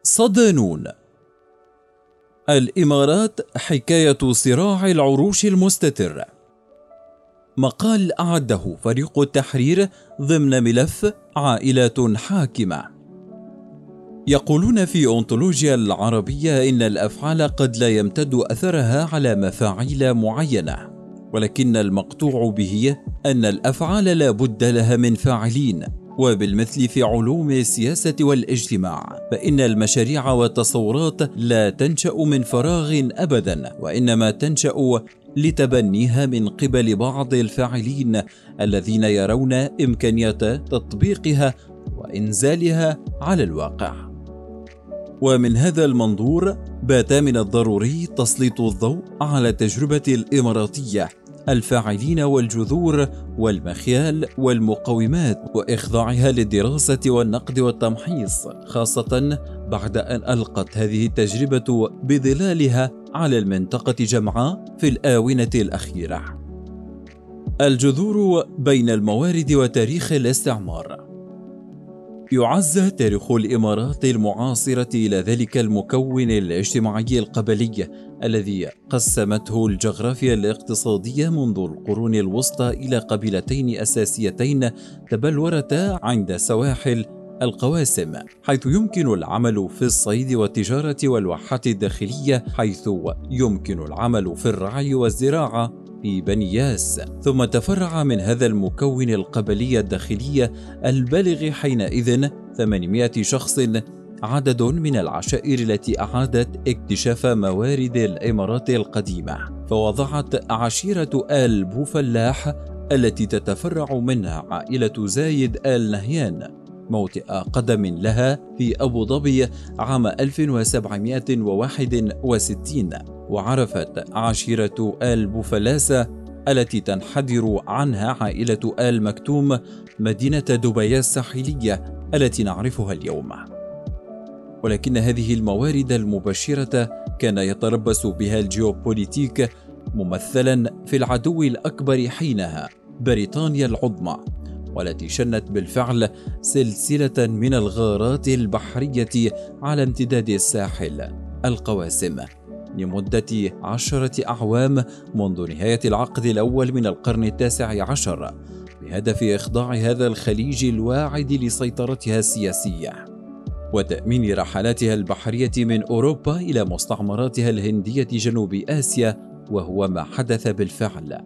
صدانون. الإمارات حكاية صراع العروش المستتر. مقال أعده فريق التحرير ضمن ملف عائلات حاكمة. يقولون في أنطولوجيا العربية إن الأفعال قد لا يمتد أثرها على مفاعيل معينة، ولكن المقطوع به أن الأفعال لا بد لها من فاعلين. وبالمثل في علوم السياسة والاجتماع، فإن المشاريع والتصورات لا تنشأ من فراغ أبدا، وإنما تنشأ لتبنيها من قبل بعض الفاعلين الذين يرون إمكانية تطبيقها وإنزالها على الواقع. ومن هذا المنظور بات من الضروري تسليط الضوء على التجربة الإماراتية، الفاعلين والجذور والمخيال والمقومات، وإخضاعها للدراسة والنقد والتمحيص، خاصة بعد أن ألقت هذه التجربة بظلالها على المنطقة جمعاء في الآونة الأخيرة. الجذور بين الموارد وتاريخ الاستعمار. يعز تاريخ الإمارات المعاصرة إلى ذلك المكون الاجتماعي القبلي الذي قسمته الجغرافيا الاقتصادية منذ القرون الوسطى إلى قبيلتين أساسيتين تبلورتا عند سواحل القواسم، حيث يمكن العمل في الصيد والتجارة والواحات الداخلية، حيث يمكن العمل في الرعي والزراعة في بني ياس. ثم تفرع من هذا المكون القبلي الداخلي البالغ حينئذ 800 شخص عدد من العشائر التي أعادت اكتشاف موارد الإمارات القديمة، فوضعت عشيرة آل بوفلاح التي تتفرع منها عائلة زايد آل نهيان موطئ قدم لها في أبو ظبي عام 1761. وعرفت عشيرة آل بوفلاسة التي تنحدر عنها عائلة آل مكتوم مدينة دبي الساحلية التي نعرفها اليوم. ولكن هذه الموارد المبشرة كان يتربص بها الجيوبوليتيك، ممثلا في العدو الأكبر حينها بريطانيا العظمى، والتي شنت بالفعل سلسلة من الغارات البحرية على امتداد الساحل القواسم لمدة 10 أعوام منذ نهاية العقد الأول من القرن التاسع عشر، بهدف إخضاع هذا الخليج الواعد لسيطرتها السياسية وتأمين رحلاتها البحرية من أوروبا إلى مستعمراتها الهندية جنوب آسيا، وهو ما حدث بالفعل.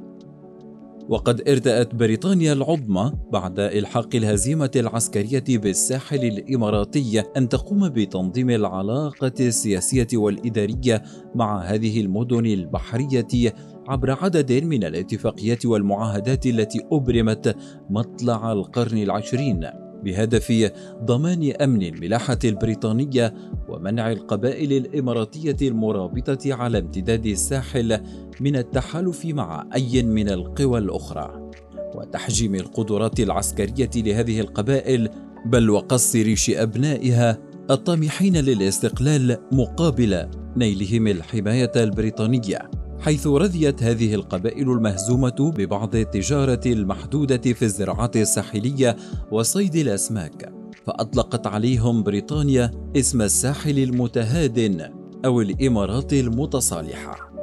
وقد ارتأت بريطانيا العظمى بعد إلحاق الهزيمة العسكرية بالساحل الإماراتي أن تقوم بتنظيم العلاقة السياسية والإدارية مع هذه المدن البحرية عبر عدد من الاتفاقيات والمعاهدات التي أبرمت مطلع القرن العشرين، بهدف ضمان أمن الملاحة البريطانية ومنع القبائل الإماراتية المرابطة على امتداد الساحل من التحالف مع أي من القوى الأخرى، وتحجيم القدرات العسكرية لهذه القبائل، بل وقص ريش أبنائها الطامحين للاستقلال مقابل نيلهم الحماية البريطانية، حيث رضيت هذه القبائل المهزومة ببعض التجارة المحدودة في الزراعات الساحلية وصيد الأسماك، فأطلقت عليهم بريطانيا اسم الساحل المتهادن أو الإمارات المتصالحة.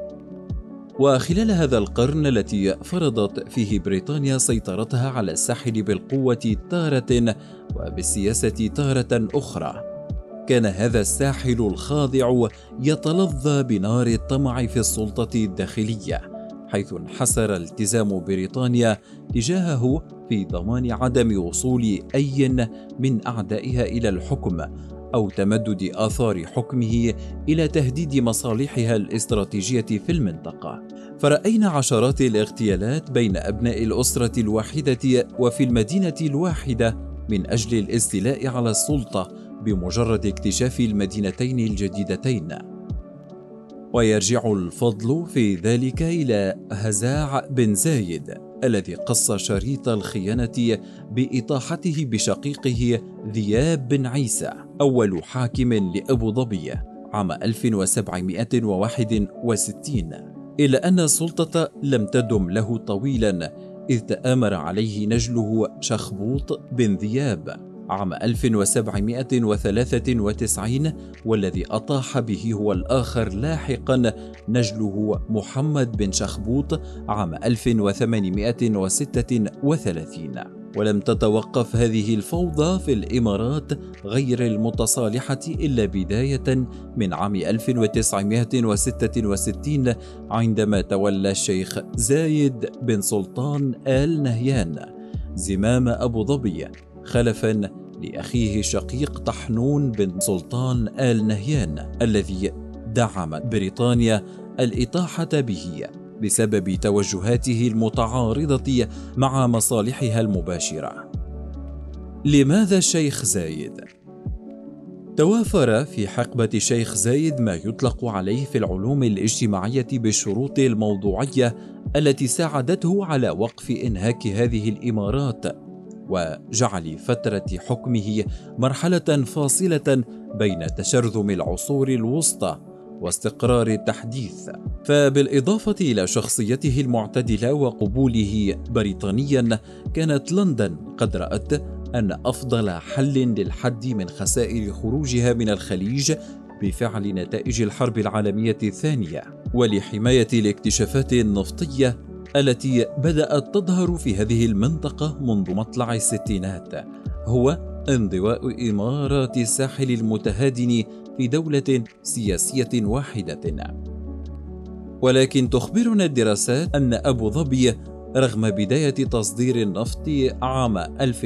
وخلال هذا القرن التي فرضت فيه بريطانيا سيطرتها على الساحل بالقوة تارة وبالسياسة تارة أخرى، كان هذا الساحل الخاضع يتلظى بنار الطمع في السلطة الداخلية، حيث انحسر التزام بريطانيا تجاهه في ضمان عدم وصول أي من أعدائها إلى الحكم أو تمدد آثار حكمه إلى تهديد مصالحها الاستراتيجية في المنطقة. فرأينا عشرات الاغتيالات بين أبناء الأسرة الواحدة وفي المدينة الواحدة من أجل الاستيلاء على السلطة بمجرد اكتشاف المدينتين الجديدتين. ويرجع الفضل في ذلك إلى هزاع بن زايد الذي قص شريط الخيانة بإطاحته بشقيقه ذياب بن عيسى أول حاكم لأبو ظبي عام 1761، إلا أن السلطة لم تدم له طويلا، إذ تآمر عليه نجله شخبوط بن ذياب عام 1793، والذي أطاح به هو الآخر لاحقا نجله محمد بن شخبوط عام 1836. ولم تتوقف هذه الفوضى في الإمارات غير المتصالحة إلا بداية من عام 1966، عندما تولى الشيخ زايد بن سلطان آل نهيان زمام أبو ظبي خلفا لأخيه الشقيق طحنون بن سلطان آل نهيان، الذي دعمت بريطانيا الإطاحة به بسبب توجهاته المتعارضة مع مصالحها المباشرة. لماذا الشيخ زايد؟ توافر في حقبة الشيخ زايد ما يطلق عليه في العلوم الاجتماعية بالشروط الموضوعية التي ساعدته على وقف إنهاك هذه الإمارات، وجعل فترة حكمه مرحلة فاصلة بين تشرذم العصور الوسطى واستقرار التحديث. فبالإضافة إلى شخصيته المعتدلة وقبوله بريطانيا، كانت لندن قد رأت أن أفضل حل للحد من خسائر خروجها من الخليج بفعل نتائج الحرب العالمية الثانية ولحماية الاكتشافات النفطية التي بدأت تظهر في هذه المنطقة منذ مطلع الستينات هو انضواء إمارات الساحل المتهادن في دولة سياسية واحدة. ولكن تخبرنا الدراسات أن أبو ظبي رغم بداية تصدير النفط عام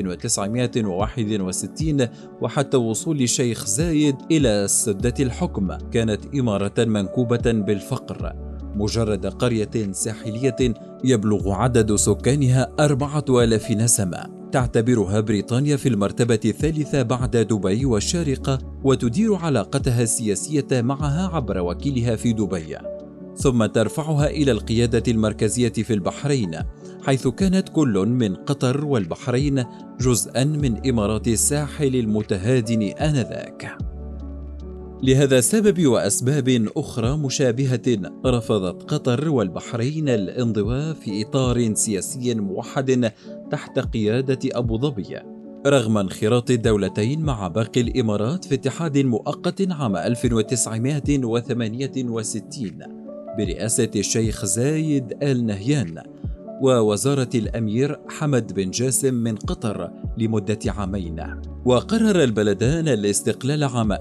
1961 وحتى وصول الشيخ زايد إلى سدة الحكم، كانت إمارة منكوبة بالفقر، مجرد قرية ساحلية يبلغ عدد سكانها 4000 نسمة. تعتبرها بريطانيا في المرتبة الثالثة بعد دبي والشارقة، وتدير علاقتها السياسية معها عبر وكيلها في دبي، ثم ترفعها إلى القيادة المركزية في البحرين، حيث كانت كل من قطر والبحرين جزءا من إمارات الساحل المتهادن آنذاك. لهذا السبب وأسباب أخرى مشابهة رفضت قطر والبحرين الانضواء في إطار سياسي موحد تحت قيادة أبو ظبي، رغم انخراط الدولتين مع باقي الإمارات في اتحاد مؤقت عام 1968 برئاسة الشيخ زايد آل نهيان ووزارة الأمير حمد بن جاسم من قطر لمدة عامين. وقرر البلدان الاستقلال عام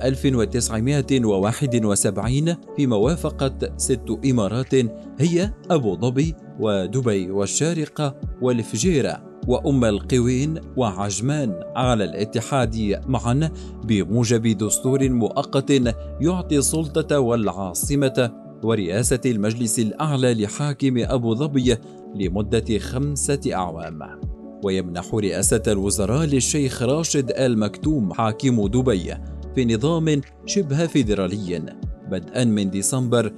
1971 في موافقة 6 إمارات هي أبو ظبي ودبي والشارقة والفجيرة وأم القوين وعجمان على الاتحاد معا بموجب دستور مؤقت يعطي السلطة والعاصمة ورئاسة المجلس الأعلى لحاكم أبو ظبي لمدة 5 أعوام، ويمنح رئاسة الوزراء للشيخ راشد آل مكتوم حاكم دبي في نظام شبه فيدرالي بدءا من ديسمبر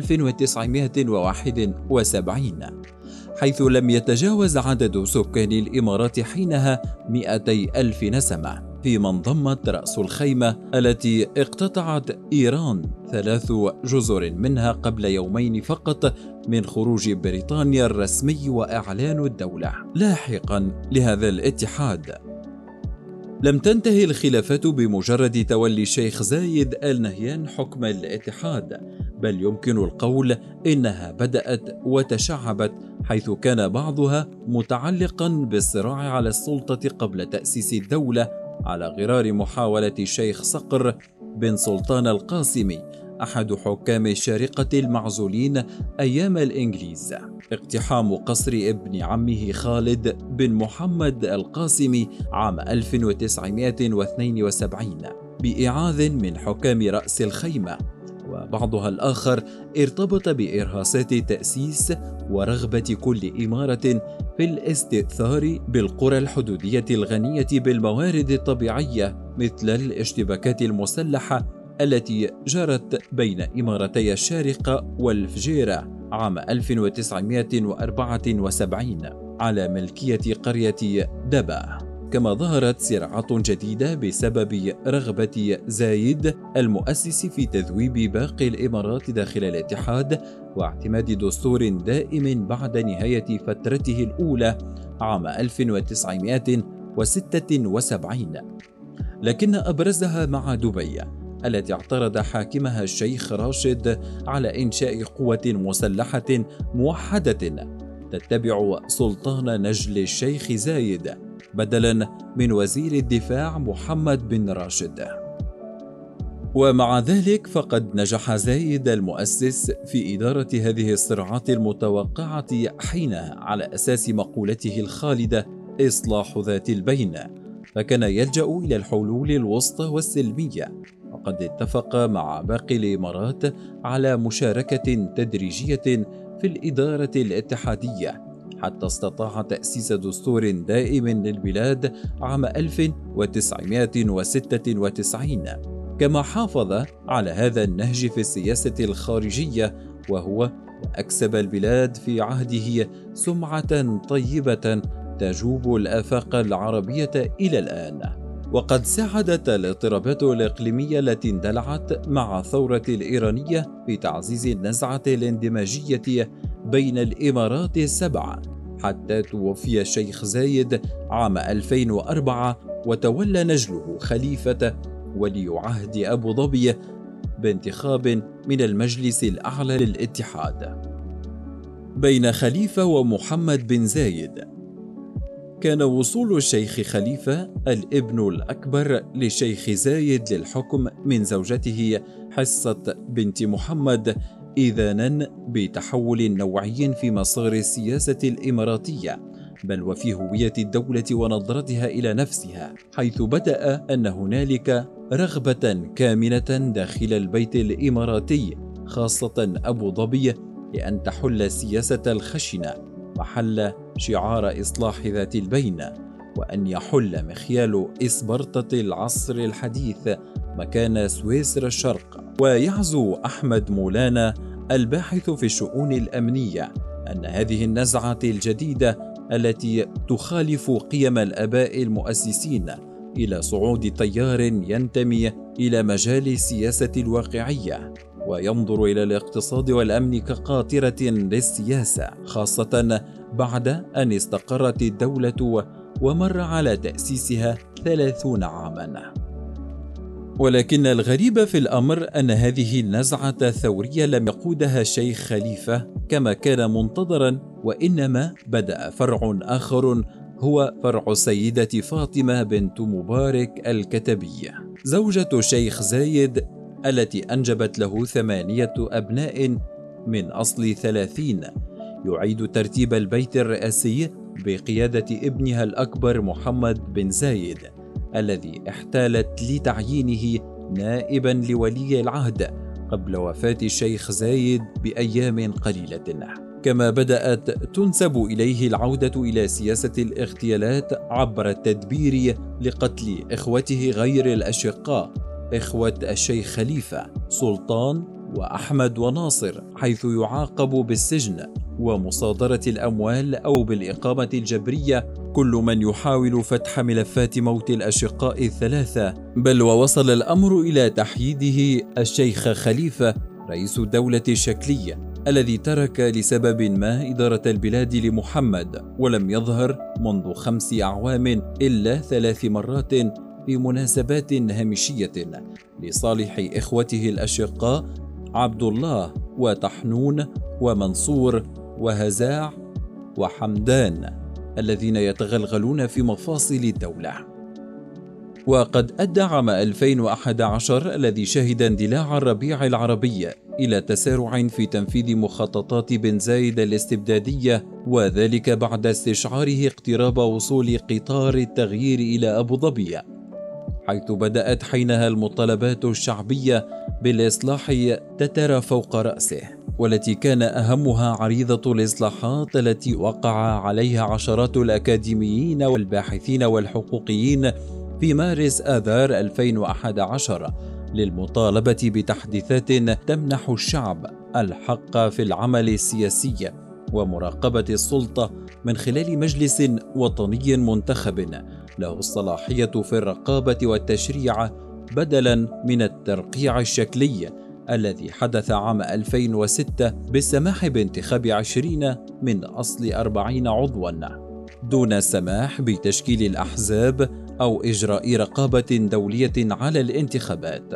1971، حيث لم يتجاوز عدد سكان الإمارات حينها 200,000 نسمة، فيما انضمت رأس الخيمة التي اقتطعت إيران 3 جزر منها قبل يومين فقط من خروج بريطانيا الرسمي وإعلان الدولة. لاحقا لهذا الاتحاد لم تنتهي الخلافات بمجرد تولي الشيخ زايد آل نهيان حكم الاتحاد، بل يمكن القول إنها بدأت وتشعبت، حيث كان بعضها متعلقا بالصراع على السلطة قبل تأسيس الدولة على غرار محاولة الشيخ صقر بن سلطان القاسمي أحد حكام الشارقة المعزولين أيام الإنجليز اقتحام قصر ابن عمه خالد بن محمد القاسمي عام 1972 بإعاذ من حكام رأس الخيمة، وبعضها الآخر ارتبط بإرهاصات تأسيس ورغبة كل إمارة في الاستئثار بالقرى الحدودية الغنية بالموارد الطبيعية، مثل الاشتباكات المسلحة التي جرت بين إمارتي الشارقة والفجيرة عام 1974 على ملكية قرية دبا. كما ظهرت صراعات جديدة بسبب رغبة زايد المؤسس في تذويب باقي الإمارات داخل الاتحاد واعتماد دستور دائم بعد نهاية فترته الأولى عام 1976، لكن أبرزها مع دبي التي اعترض حاكمها الشيخ راشد على إنشاء قوة مسلحة موحدة تتبع سلطان نجل الشيخ زايد بدلا من وزير الدفاع محمد بن راشد. ومع ذلك فقد نجح زايد المؤسس في إدارة هذه الصراعات المتوقعة حينها على أساس مقولته الخالدة إصلاح ذات البين، فكان يلجأ إلى الحلول الوسطى والسلمية، وقد اتفق مع باقي الإمارات على مشاركة تدريجية في الإدارة الاتحادية حتى استطاع تأسيس دستور دائم للبلاد عام 1996، كما حافظ على هذا النهج في السياسة الخارجية، وهو أكسب البلاد في عهده سمعة طيبة تجوب الآفاق العربية إلى الآن. وقد ساعدت الاضطرابات الإقليمية التي اندلعت مع الثورة الإيرانية في تعزيز النزعة الاندماجية بين الإمارات السبع، حتى توفي الشيخ زايد عام 2004 وتولى نجله خليفة ولي عهد أبو ظبي بانتخاب من المجلس الأعلى للاتحاد. بين خليفة ومحمد بن زايد، كان وصول الشيخ خليفة الابن الأكبر للشيخ زايد للحكم من زوجته حصة بنت محمد إذانا بتحول نوعي في مسار السياسة الإماراتية، بل وفي هوية الدولة ونظرتها إلى نفسها، حيث بدأ أن هنالك رغبة كامنة داخل البيت الإماراتي خاصة أبو ظبي لأن تحل السياسة الخشنة محل شعار إصلاح ذات البين، وأن يحل مخيال إسبرطة العصر الحديث مكان سويسرا الشرق. ويعزو أحمد مولانا الباحث في الشؤون الأمنية أن هذه النزعة الجديدة التي تخالف قيم الآباء المؤسسين إلى صعود تيار ينتمي إلى مجال السياسة الواقعية وينظر إلى الاقتصاد والأمن كقاطرة للسياسة، خاصة بعد أن استقرت الدولة ومر على تأسيسها 30 عاما. ولكن الغريب في الأمر أن هذه النزعة الثورية لم يقودها الشيخ خليفة كما كان منتظرا، وإنما بدأ فرع آخر هو فرع السيدة فاطمة بنت مبارك الكتبية زوجة الشيخ زايد التي أنجبت له 8 أبناء من أصل 30، يعيد ترتيب البيت الرئاسي بقيادة ابنها الأكبر محمد بن زايد الذي احتالت لتعيينه نائبا لولي العهد قبل وفاة الشيخ زايد بأيام قليلة. كما بدأت تنسب إليه العودة إلى سياسة الاغتيالات عبر التدبير لقتل إخوته غير الأشقاء إخوة الشيخ خليفة سلطان وأحمد وناصر، حيث يعاقب بالسجن ومصادرة الأموال أو بالإقامة الجبرية كل من يحاول فتح ملفات موت الأشقاء الثلاثة. بل ووصل الأمر إلى تحييده الشيخ خليفة رئيس الدولة الشكلية الذي ترك لسبب ما إدارة البلاد لمحمد، ولم يظهر منذ 5 أعوام إلا 3 مرات في مناسبات هامشية لصالح إخوته الأشقاء عبد الله وطحنون ومنصور وهزاع وحمدان الذين يتغلغلون في مفاصل الدولة. وقد أدى عام 2011 الذي شهد اندلاع الربيع العربي إلى تسارع في تنفيذ مخططات بن زايد الاستبدادية، وذلك بعد استشعاره اقتراب وصول قطار التغيير إلى أبو ظبي، حيث بدأت حينها المطالبات الشعبية بالإصلاح تترى فوق رأسه، والتي كان أهمها عريضة الإصلاحات التي وقع عليها عشرات الأكاديميين والباحثين والحقوقيين في مارس آذار 2011 للمطالبة بتحديثات تمنح الشعب الحق في العمل السياسي ومراقبة السلطة من خلال مجلس وطني منتخب له الصلاحية في الرقابة والتشريع، بدلا من الترقيع الشكلي الذي حدث عام 2006 بالسماح بانتخاب 20 من أصل 40 عضوا دون السماح بتشكيل الأحزاب أو إجراء رقابة دولية على الانتخابات.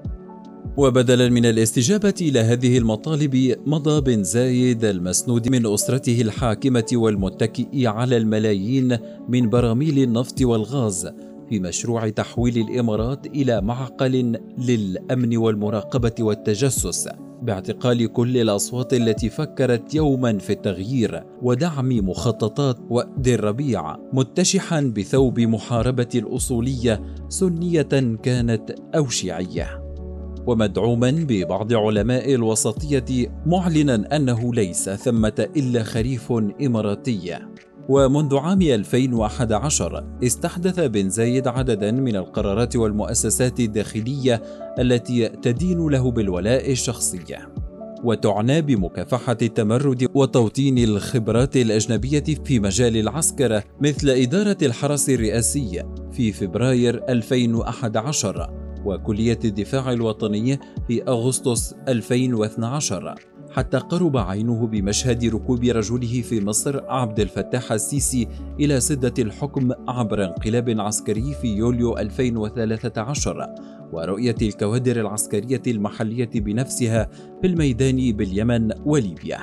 وبدلا من الاستجابة إلى هذه المطالب، مضى بن زايد المسنود من أسرته الحاكمة والمتكئ على الملايين من براميل النفط والغاز في مشروع تحويل الإمارات إلى معقل للأمن والمراقبة والتجسس، باعتقال كل الأصوات التي فكرت يوما في التغيير ودعم مخططات وأد الربيع، متشحا بثوب محاربة الأصولية سنية كانت أو شيعية، ومدعوما ببعض علماء الوسطية معلنا أنه ليس ثمة إلا خريف إماراتي. ومنذ عام 2011 استحدث بن زايد عددا من القرارات والمؤسسات الداخلية التي تدين له بالولاء الشخصي وتعنى بمكافحة التمرد وتوطين الخبرات الأجنبية في مجال العسكرة، مثل إدارة الحرس الرئاسي في فبراير 2011 وكلية الدفاع الوطني في أغسطس 2012، حتى قرب عينه بمشهد ركوب رجله في مصر عبد الفتاح السيسي إلى سدة الحكم عبر انقلاب عسكري في يوليو 2013 ورؤية الكوادر العسكرية المحلية بنفسها في الميدان باليمن وليبيا.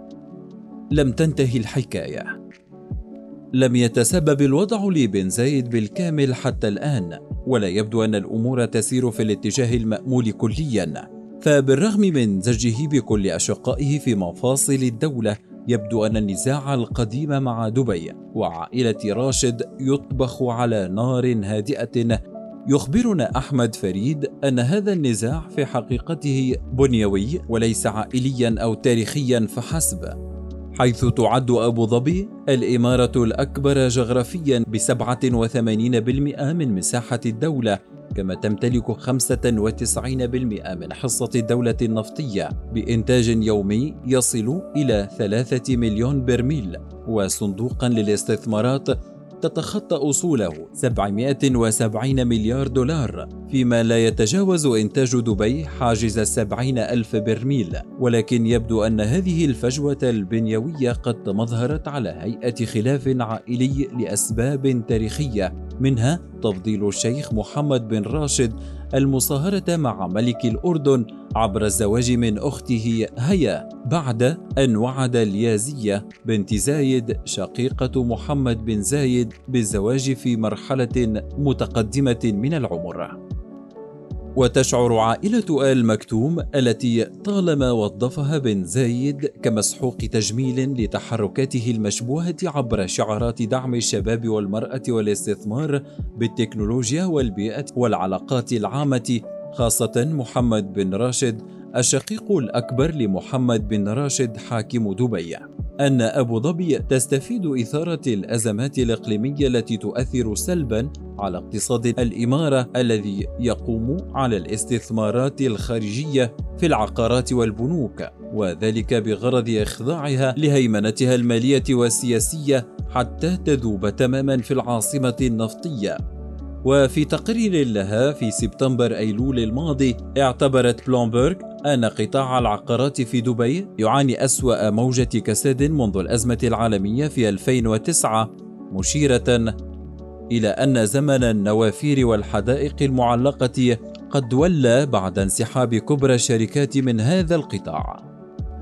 لم تنتهي الحكاية. لم يتسبب الوضع لبن زايد بالكامل حتى الآن، ولا يبدو أن الأمور تسير في الاتجاه المأمول كليا، فبالرغم من زجه بكل أشقائه في مفاصل الدولة، يبدو أن النزاع القديم مع دبي وعائلة راشد يطبخ على نار هادئة. يخبرنا أحمد فريد أن هذا النزاع في حقيقته بنيوي وليس عائليا أو تاريخيا فحسب، حيث تعد أبو ظبي الإمارة الأكبر جغرافيا ب87% من مساحة الدولة، كما تمتلك 95% من حصة الدولة النفطية بإنتاج يومي يصل إلى 3 مليون برميل، وصندوقا للاستثمارات تتخطى أصوله 770 مليار دولار، فيما لا يتجاوز إنتاج دبي حاجز 70,000 برميل. ولكن يبدو أن هذه الفجوة البنيوية قد تمظهرت على هيئة خلاف عائلي لأسباب تاريخية، منها تفضيل الشيخ محمد بن راشد المصاهرة مع ملك الأردن عبر الزواج من أخته هيا، بعد أن وعد اليازية بنت زايد شقيقة محمد بن زايد بالزواج في مرحلة متقدمة من العمر. وتشعر عائلة آل مكتوم التي طالما وظفها بن زايد كمسحوق تجميل لتحركاته المشبوهة عبر شعارات دعم الشباب والمرأة والاستثمار بالتكنولوجيا والبيئة والعلاقات العامة، خاصة محمد بن راشد الشقيق الأكبر لمحمد بن راشد حاكم دبي، أن أبو ظبي تستفيد إثارة الأزمات الإقليمية التي تؤثر سلبا على اقتصاد الإمارة الذي يقوم على الاستثمارات الخارجية في العقارات والبنوك، وذلك بغرض إخضاعها لهيمنتها المالية والسياسية حتى تذوب تماما في العاصمة النفطية. وفي تقرير لها في سبتمبر أيلول الماضي، اعتبرت بلومبرغ أن قطاع العقارات في دبي يعاني أسوأ موجة كساد منذ الأزمة العالمية في 2009، مشيرة إلى أن زمن النوافير والحدائق المعلقة قد ولى بعد انسحاب كبرى الشركات من هذا القطاع.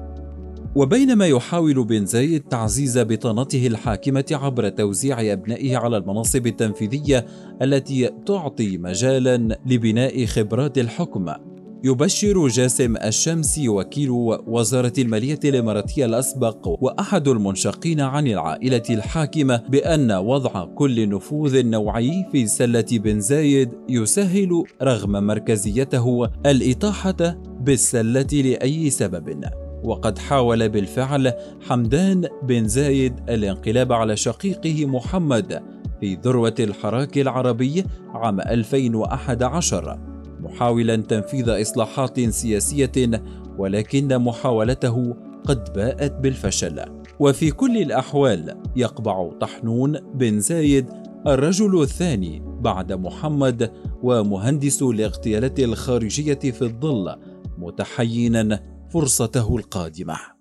وبينما يحاول بن زايد تعزيز بطانته الحاكمة عبر توزيع أبنائه على المناصب التنفيذية التي تعطي مجالا لبناء خبرات الحكم، يبشر جاسم الشمسي وكيل وزارة المالية الإماراتية الأسبق وأحد المنشقين عن العائلة الحاكمة بأن وضع كل نفوذ نوعي في سلة بن زايد يسهل رغم مركزيته الإطاحة بالسلة لأي سبب. وقد حاول بالفعل حمدان بن زايد الانقلاب على شقيقه محمد في ذروة الحراك العربي عام 2011، محاولا تنفيذ إصلاحات سياسية، ولكن محاولته قد باءت بالفشل. وفي كل الأحوال يقبع طحنون بن زايد الرجل الثاني بعد محمد ومهندس الاغتيالات الخارجية في الظل، متحينا فرصته القادمة.